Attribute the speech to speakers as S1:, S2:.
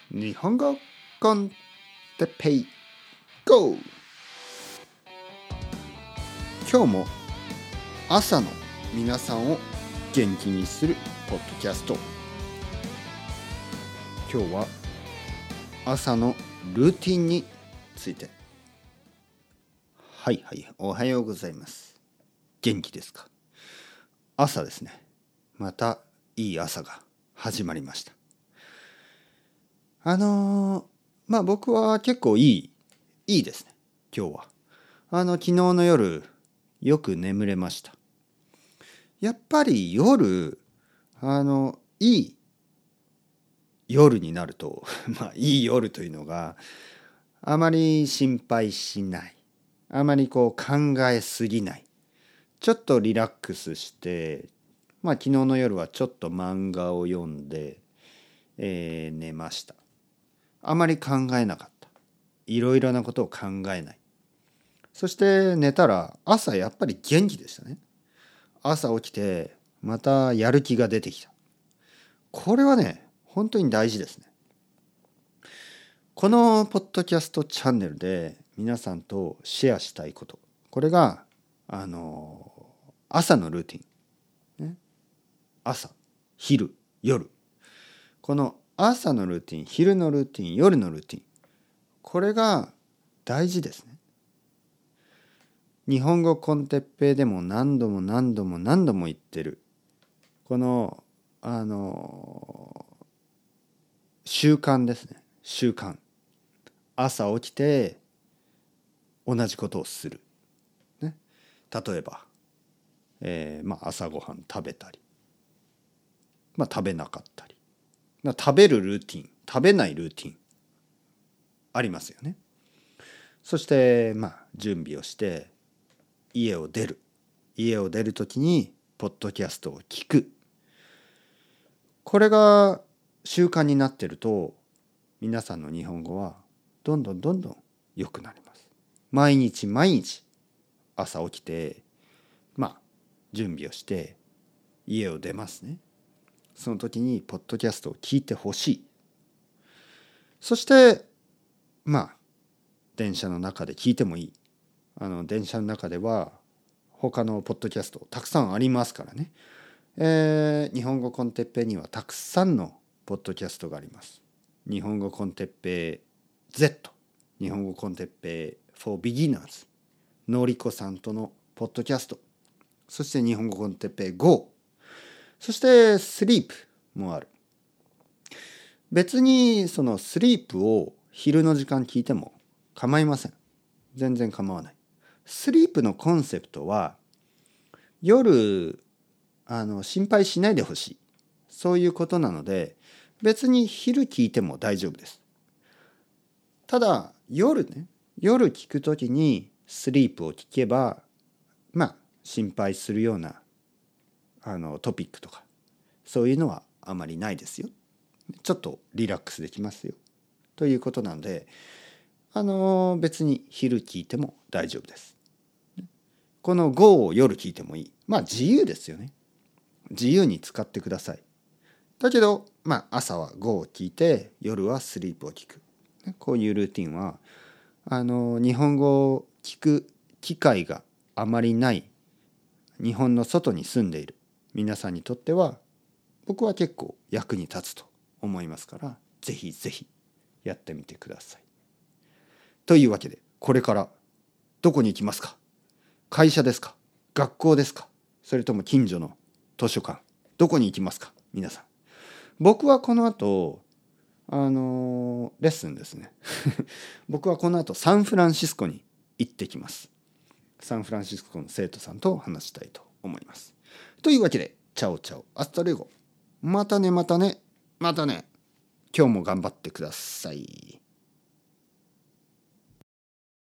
S1: 日本語コンテペイ GO！ 今日も朝の皆さんを元気にするポッドキャスト。今日は朝のルーティンについて。はいはい、おはようございます。元気ですか？朝ですね。またいい朝が始まりました。僕は結構いいですね。今日は昨日の夜よく眠れました。やっぱり夜いい夜になるといい夜というのがあまり心配しない、あまり考えすぎない、ちょっとリラックスして、昨日の夜はちょっと漫画を読んで、寝ました。あまり考えなかった。いろいろなことを考えない。そして寝たら朝やっぱり元気でしたね。朝起きてまたやる気が出てきた。これはね、本当に大事ですね。このポッドキャストチャンネルで皆さんとシェアしたいこと。これが、朝のルーティン。ね、朝、昼、夜。この朝のルーティン、昼のルーティン、夜のルーティン。これが大事ですね。日本語コンテッペイでも何度も言ってる。この、習慣ですね。習慣。朝起きて同じことをする。ね、例えば、朝ごはん食べたり、食べなかったり。食べるルーティン、食べないルーティンありますよね。そして準備をして家を出るときにポッドキャストを聞く。これが習慣になってると皆さんの日本語はどんどん良くなります。毎日朝起きて準備をして家を出ますね。その時にポッドキャストを聞いてほしい。そして電車の中で聞いてもいい。電車の中では他のポッドキャストたくさんありますからね。日本語コンテッペイにはたくさんのポッドキャストがあります。日本語コンテッペイ Z、 日本語コンテッペイ for beginners、 のりこさんとのポッドキャスト、そして日本語コンテッペイ GO、 そしてスリープもある。別にそのスリープを昼の時間聞いても構いません。全然構わない。スリープのコンセプトは夜心配しないでほしい、そういうことなので別に昼聞いても大丈夫です。ただ夜聞くときにスリープを聞けば心配するようなトピックとかそういうのはあまりないですよ。ちょっとリラックスできますよということなので別に昼聞いても大丈夫です。この GO を夜聞いてもいい。自由ですよね。自由に使ってください。だけど朝は GO を聞いて夜はスリープを聞く。こういうルーティンは日本語を聞く機会があまりない日本の外に住んでいる皆さんにとっては僕は結構役に立つと思いますから、ぜひぜひやってみてください。というわけでこれからどこに行きますか？会社ですか？学校ですか？それとも近所の図書館？どこに行きますか皆さん？僕はこの後レッスンですね僕はこの後サンフランシスコに行ってきます。サンフランシスコの生徒さんと話したいと思います。というわけでチャオチャオアスタレゴ、またね。今日も頑張ってください。